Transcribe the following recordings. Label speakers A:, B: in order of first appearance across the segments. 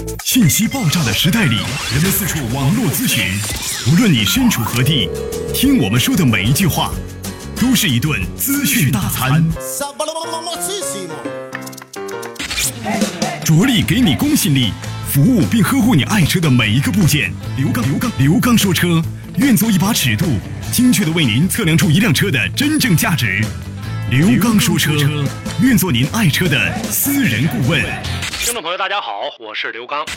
A: 信息爆炸的时代里，人们四处网络咨询，无论你身处何地，听我们说的每一句话，都是一顿资讯大餐。着力给你公信力，服务并呵护你爱车的每一个部件。刘刚说车，愿做一把尺度，精确的为您测量出一辆车的真正价值。刘刚说车，愿做您爱车的私人顾问。
B: 听众朋友大家好，我是刘刚。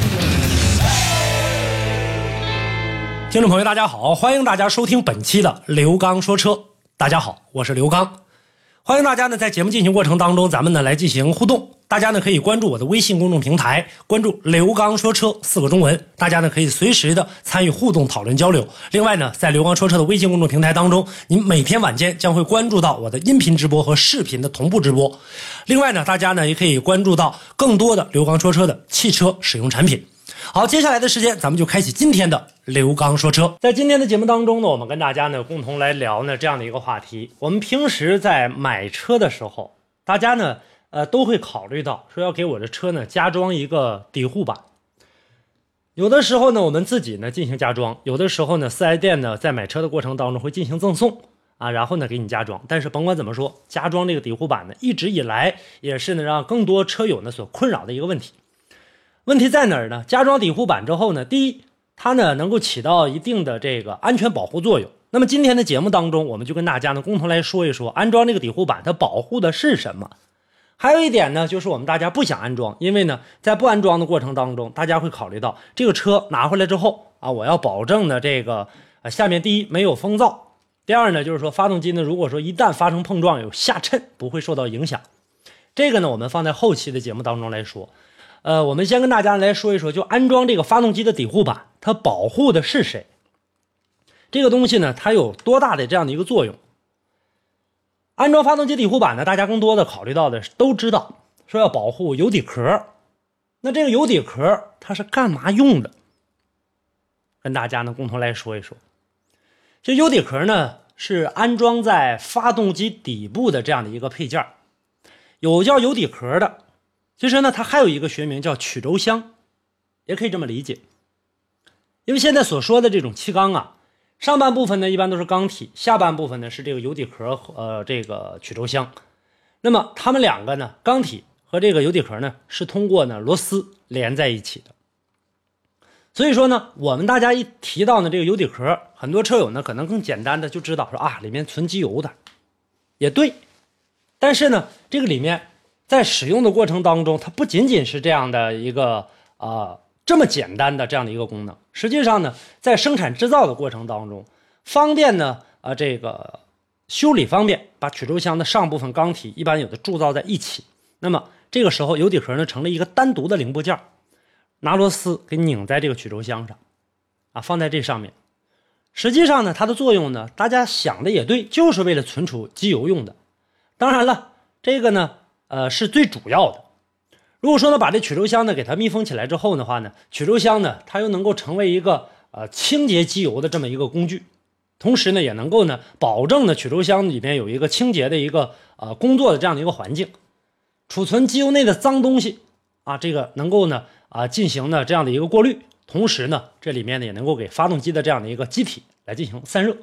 B: 听众朋友大家好，欢迎大家收听本期的刘刚说车。大家好，我是刘刚。欢迎大家呢在节目进行过程当中，咱们呢来进行互动。大家呢可以关注我的微信公众平台，关注刘刚说车4个中文，大家呢可以随时的参与互动讨论交流。另外呢，在刘刚说车的微信公众平台当中，您每天晚间将会关注到我的音频直播和视频的同步直播。另外呢，大家呢也可以关注到更多的刘刚说车的汽车使用产品。好，接下来的时间咱们就开启今天的刘刚说车。在今天的节目当中呢，我们跟大家呢共同来聊呢这样的一个话题。我们平时在买车的时候，大家呢都会考虑到说要给我的车呢加装一个底护板。有的时候呢我们自己呢进行加装，有的时候呢4S店呢在买车的过程当中会进行赠送啊，然后呢给你加装。但是甭管怎么说，加装这个底护板呢一直以来也是呢让更多车友呢所困扰的一个问题。问题在哪儿呢？加装底护板之后呢，第一，它呢能够起到一定的这个安全保护作用。那么今天的节目当中，我们就跟大家呢共同来说一说，安装这个底护板它保护的是什么。还有一点呢，就是我们大家不想安装，因为呢在不安装的过程当中，大家会考虑到这个车拿回来之后啊，我要保证呢这个下面第一没有风噪，第二呢就是说发动机呢如果说一旦发生碰撞有下沉不会受到影响。这个呢我们放在后期的节目当中来说。我们先跟大家来说一说，就安装这个发动机的底护板，它保护的是谁？这个东西呢，它有多大的这样的一个作用？安装发动机底护板呢，大家更多的考虑到的都知道，说要保护油底壳。那这个油底壳它是干嘛用的？跟大家呢共同来说一说。这油底壳呢是安装在发动机底部的这样的一个配件，有叫油底壳的。其实呢它还有一个学名叫曲轴箱，也可以这么理解。因为现在所说的这种气缸啊，上半部分呢一般都是缸体，下半部分呢是这个油底壳这个曲轴箱。那么它们两个呢，缸体和这个油底壳呢是通过呢螺丝连在一起的。所以说呢我们大家一提到呢这个油底壳，很多车友呢可能更简单的就知道说啊里面存机油的，也对。但是呢这个里面在使用的过程当中，它不仅仅是这样的一个这么简单的这样的一个功能。实际上呢，在生产制造的过程当中，方便呢这个修理方便，把曲轴箱的上部分缸体一般有的铸造在一起。那么这个时候油底壳呢成了一个单独的零部件，拿螺丝给拧在这个曲轴箱上啊，放在这上面。实际上呢它的作用呢，大家想的也对，就是为了存储机油用的。当然了，这个呢是最主要的。如果说呢把这曲轴箱呢给它密封起来之后的话呢，曲轴箱呢它又能够成为一个清洁机油的这么一个工具，同时呢也能够呢保证呢曲轴箱里面有一个清洁的一个工作的这样的一个环境，储存机油内的脏东西啊，这个能够呢进行呢这样的一个过滤，同时呢这里面呢也能够给发动机的这样的一个机体来进行散热。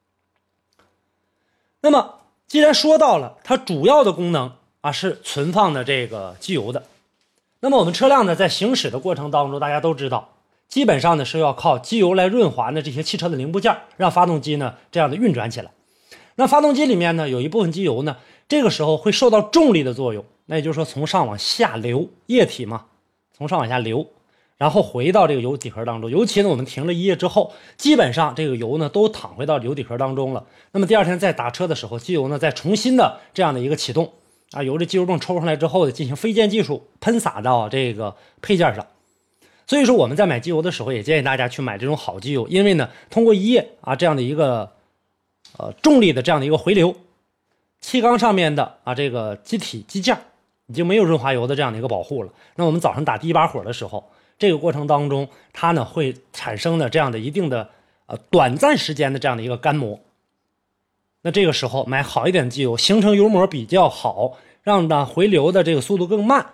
B: 那么既然说到了它主要的功能是存放的这个机油的，那么我们车辆呢在行驶的过程当中，大家都知道基本上呢是要靠机油来润滑呢这些汽车的零部件，让发动机呢这样的运转起来。那发动机里面呢有一部分机油呢，这个时候会受到重力的作用，那也就是说从上往下流，液体嘛，从上往下流，然后回到这个油底壳当中。尤其呢我们停了一夜之后，基本上这个油呢都淌回到油底壳当中了。那么第二天再打车的时候，机油呢再重新的这样的一个启动啊，由这机油泵抽上来之后进行飞溅技术喷洒到这个配件上。所以说我们在买机油的时候也建议大家去买这种好机油，因为呢通过一夜这样的一个重力的这样的一个回流，气缸上面的这个机体机件已经没有润滑油的这样的一个保护了。那我们早上打第一把火的时候，这个过程当中它呢会产生的这样的一定的短暂时间的这样的一个干磨。那这个时候买好一点的机油，形成油膜比较好，让它回流的这个速度更慢，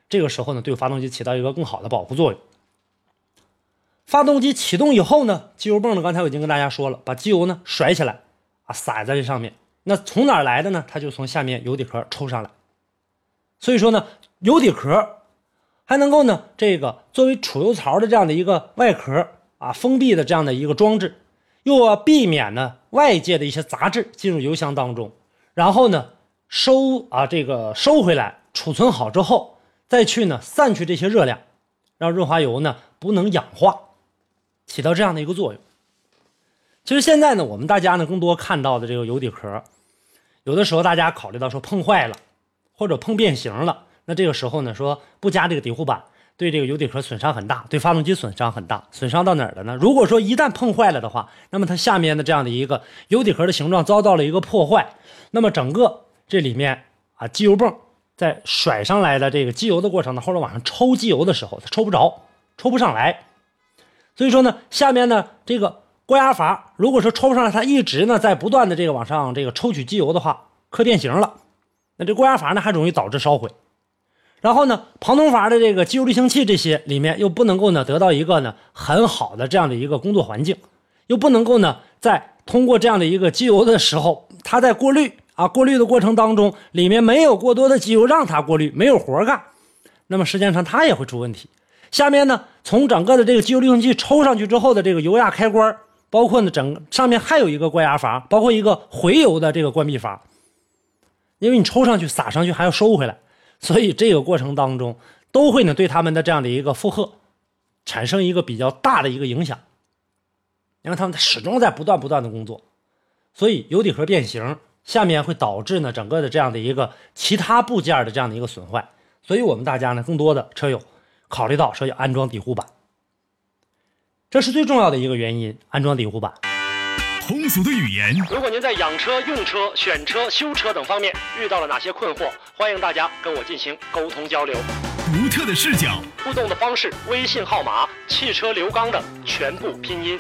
B: 这个时候呢，对发动机起到一个更好的保护作用。发动机启动以后呢，机油泵呢，刚才我已经跟大家说了，把机油呢甩起来撒在这上面。那从哪儿来的呢？它就从下面油底壳抽上来。所以说呢，油底壳还能够呢，这个作为储油槽的这样的一个外壳封闭的这样的一个装置，又要避免呢外界的一些杂质进入油箱当中，然后呢收回来，储存好之后，再去呢散去这些热量，让润滑油呢不能氧化，起到这样的一个作用。其实现在呢，我们大家呢更多看到的这个油底壳，有的时候大家考虑到说碰坏了或者碰变形了，那这个时候呢说不加这个底护板，对这个油底壳损伤很大，对发动机损伤很大。损伤到哪儿了呢？如果说一旦碰坏了的话，那么它下面的这样的一个油底壳的形状遭到了一个破坏，那么整个这里面机油泵在甩上来的这个机油的过程呢，或者往上抽机油的时候，它抽不着，抽不上来。所以说呢，下面呢这个高压阀如果说抽不上来，它一直呢在不断的这个往上这个抽取机油的话，磕变形了，那这高压阀呢还容易导致烧毁。然后呢，旁通阀的这个机油滤清器这些里面又不能够呢得到一个呢很好的这样的一个工作环境，又不能够呢在通过这样的一个机油的时候，它在过滤的过程当中，里面没有过多的机油让它过滤，没有活干，那么时间长它也会出问题。下面呢，从整个的这个机油滤清器抽上去之后的这个油压开关，包括呢上面还有一个关压阀，包括一个回油的这个关闭阀，因为你抽上去撒上去还要收回来，所以这个过程当中都会呢对他们的这样的一个负荷产生一个比较大的一个影响，因为他们始终在不断的工作，所以油底壳变形下面会导致呢整个的这样的一个其他部件的这样的一个损坏。所以我们大家呢更多的车友考虑到说要安装底护板，这是最重要的一个原因，安装底护板。
A: 通俗的语言，
B: 如果您在养车、用车、选车、修车等方面遇到了哪些困惑，欢迎大家跟我进行沟通交流。
A: 独特的视角，
B: 互动的方式，微信号码汽车刘刚的全部拼音。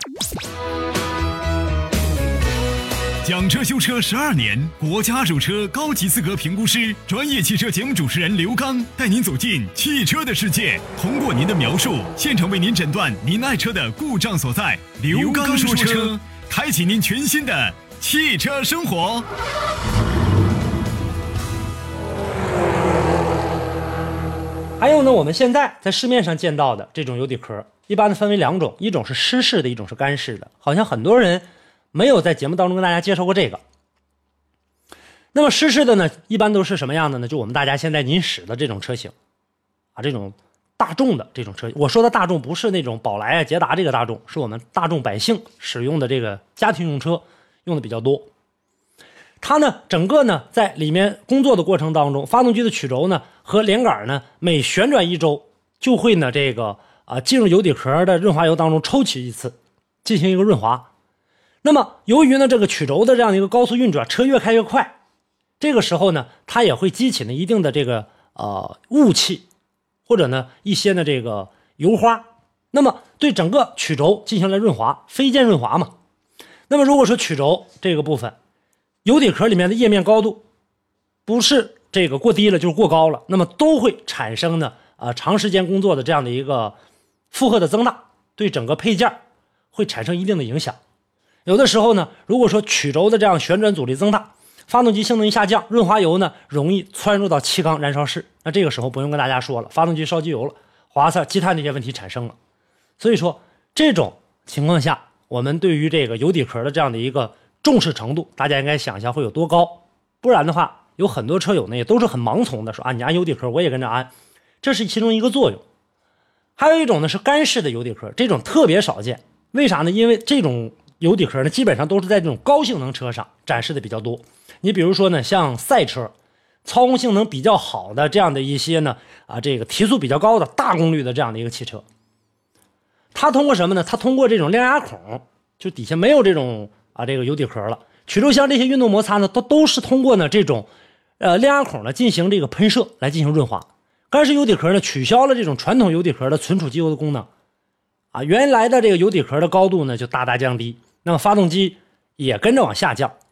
A: 讲车修车12年，国家二手车高级资格评估师，专业汽车节目主持人刘刚带您走进汽车的世界，通过您的描述，现场为您诊断您爱车的故障所在。刘刚说车，开启您全新的汽车生活。
B: 还有呢，我们现在在市面上见到的这种油底壳，一般的分为两种，一种是湿式的，一种是干式的。好像很多人没有在节目当中跟大家介绍过这个。那么湿式的呢，一般都是什么样的呢？就我们大家现在您使的这种车型这种大众的这种车，我说的大众不是那种宝来捷达这个大众，是我们大众百姓使用的这个家庭用车用的比较多。它呢整个呢在里面工作的过程当中，发动机的曲轴呢和连杆呢每旋转一周就会呢这个进入油底壳的润滑油当中抽取一次，进行一个润滑。那么由于呢这个曲轴的这样的一个高速运转，车越开越快，这个时候呢它也会激起呢一定的这个雾气或者呢一些呢这个油花，那么对整个曲轴进行了润滑，飞溅润滑嘛。那么如果说曲轴这个部分油底壳里面的液面高度不是这个过低了就是过高了，那么都会产生呢长时间工作的这样的一个负荷的增大，对整个配件会产生一定的影响。有的时候呢，如果说曲轴的这样旋转阻力增大，发动机性能一下降，润滑油呢容易窜入到气缸燃烧室，那这个时候不用跟大家说了，发动机烧机油了，滑塞、积碳这些问题产生了。所以说这种情况下，我们对于这个油底壳的这样的一个重视程度，大家应该想一下会有多高。不然的话，有很多车友呢也都是很盲从的，说你安油底壳我也跟着安，这是其中一个作用。还有一种呢是干式的油底壳，这种特别少见。为啥呢？因为这种油底壳呢基本上都是在这种高性能车上展示的比较多。你比如说呢像赛车，操控性能比较好的这样的一些呢这个提速比较高的大功率的这样的一个汽车，它通过什么呢？它通过这种亮牙孔，就底下没有这种这个油底壳了，曲轴箱这些运动摩擦呢都是通过呢这种亮牙孔呢进行这个喷射来进行润滑。干式油底壳呢取消了这种传统油底壳的存储机油的功能原来的这个油底壳的高度呢就大大降低，那么发动机也跟着往下降。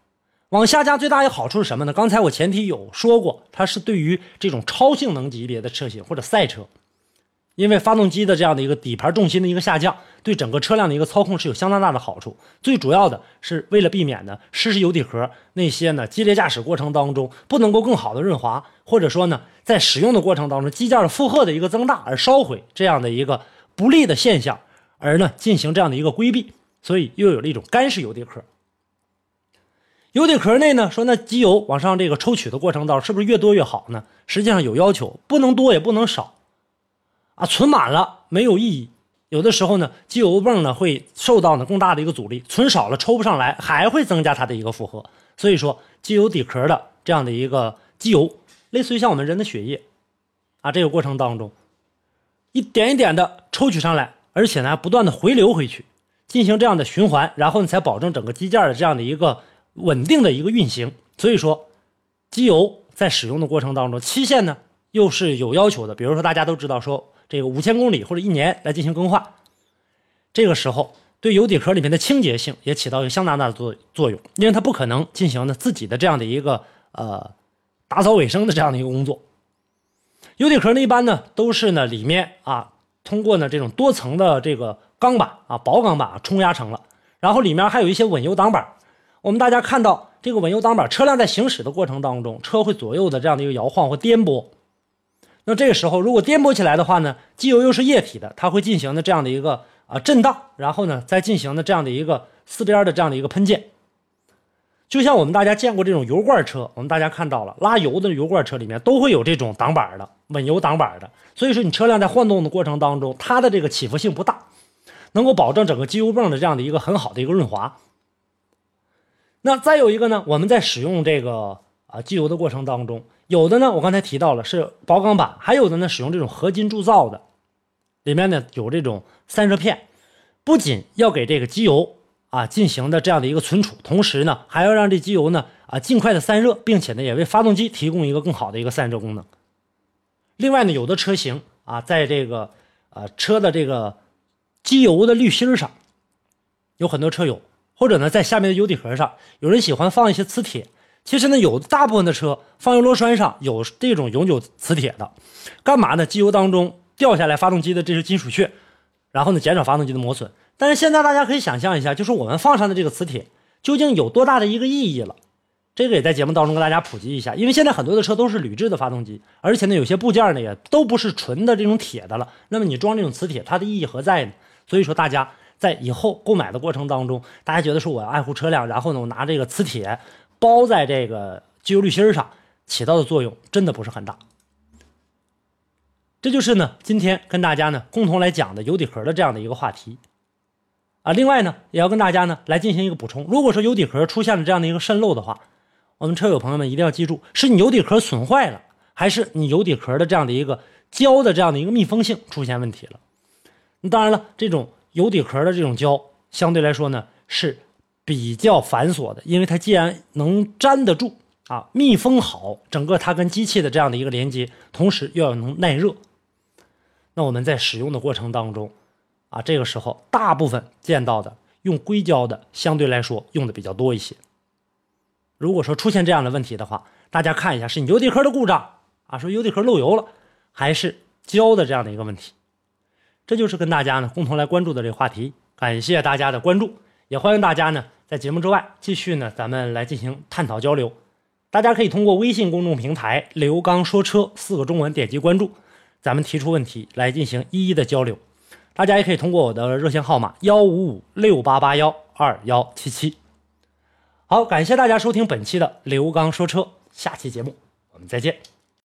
B: 往下加最大一个好处是什么呢？刚才我前提有说过，它是对于这种超性能级别的车型或者赛车，因为发动机的这样的一个底盘重心的一个下降，对整个车辆的一个操控是有相当大的好处。最主要的是为了避免呢湿式油底壳那些呢激烈驾驶过程当中不能够更好的润滑，或者说呢在使用的过程当中机件的负荷的一个增大而烧毁这样的一个不利的现象，而呢进行这样的一个规避，所以又有了一种干式油底壳。油底壳内呢，说那机油往上这个抽取的过程当中是不是越多越好呢？实际上有要求，不能多也不能少啊，存满了没有意义。有的时候呢，机油泵呢会受到呢更大的一个阻力，存少了抽不上来，还会增加它的一个负荷。所以说，机油底壳的这样的一个机油，类似于像我们人的血液啊，这个过程当中一点一点的抽取上来，而且呢不断的回流回去，进行这样的循环，然后呢才保证整个机件的这样的一个稳定的一个运行。所以说机油在使用的过程当中期限呢又是有要求的，比如说大家都知道说这个5000公里或者1年来进行更换，这个时候对油底壳里面的清洁性也起到一个相当大的作用，因为它不可能进行呢自己的这样的一个打扫卫生的这样的一个工作。油底壳呢一般呢都是呢里面通过呢这种多层的这个钢板薄钢板冲压成了，然后里面还有一些稳油挡板。我们大家看到这个稳油挡板，车辆在行驶的过程当中，车会左右的这样的一个摇晃或颠簸。那这个时候如果颠簸起来的话呢，机油又是液体的，它会进行的这样的一个震荡，然后呢再进行的这样的一个四边的这样的一个喷溅。就像我们大家见过这种油罐车，我们大家看到了拉油的油罐车里面都会有这种挡板的稳油挡板的，所以说你车辆在晃动的过程当中，它的这个起伏性不大，能够保证整个机油泵的这样的一个很好的一个润滑。那再有一个呢，我们在使用这个机油的过程当中，有的呢我刚才提到了是薄钢板，还有的呢使用这种合金铸造的，里面呢有这种散热片，不仅要给这个机油进行的这样的一个存储，同时呢还要让这机油呢尽快的散热，并且呢也为发动机提供一个更好的一个散热功能。另外呢，有的车型在这个车的这个机油的滤芯上，有很多车友或者呢在下面的油底壳上，有人喜欢放一些磁铁。其实呢有大部分的车放油螺栓上有这种永久磁铁的，干嘛呢？机油当中掉下来发动机的这些金属屑，然后呢减少发动机的磨损。但是现在大家可以想象一下，就是我们放上的这个磁铁究竟有多大的一个意义了。这个也在节目当中跟大家普及一下，因为现在很多的车都是铝制的发动机，而且呢有些部件呢也都不是纯的这种铁的了，那么你装这种磁铁它的意义何在呢？所以说大家在以后购买的过程当中，大家觉得说我要爱护车辆，然后呢我拿这个磁铁包在这个机油滤芯上，起到的作用真的不是很大。这就是呢今天跟大家呢共同来讲的油底壳的这样的一个话题另外呢也要跟大家呢来进行一个补充，如果说油底壳出现了这样的一个渗漏的话，我们车友朋友们一定要记住，是你油底壳损坏了，还是你油底壳的这样的一个胶的这样的一个密封性出现问题了。当然了，这种油底壳的这种胶相对来说呢是比较繁琐的，因为它既然能粘得住密封好整个它跟机器的这样的一个连接，同时又要能耐热。那我们在使用的过程当中这个时候大部分见到的用硅胶的相对来说用的比较多一些。如果说出现这样的问题的话，大家看一下是你油底壳的故障说油底壳漏油了，还是胶的这样的一个问题。这就是跟大家呢共同来关注的这个话题，感谢大家的关注，也欢迎大家呢在节目之外继续呢咱们来进行探讨交流。大家可以通过微信公众平台刘刚说车4个中文点击关注，咱们提出问题来进行一一的交流。大家也可以通过我的热线号码15568812177。好，感谢大家收听本期的刘刚说车，下期节目我们再见。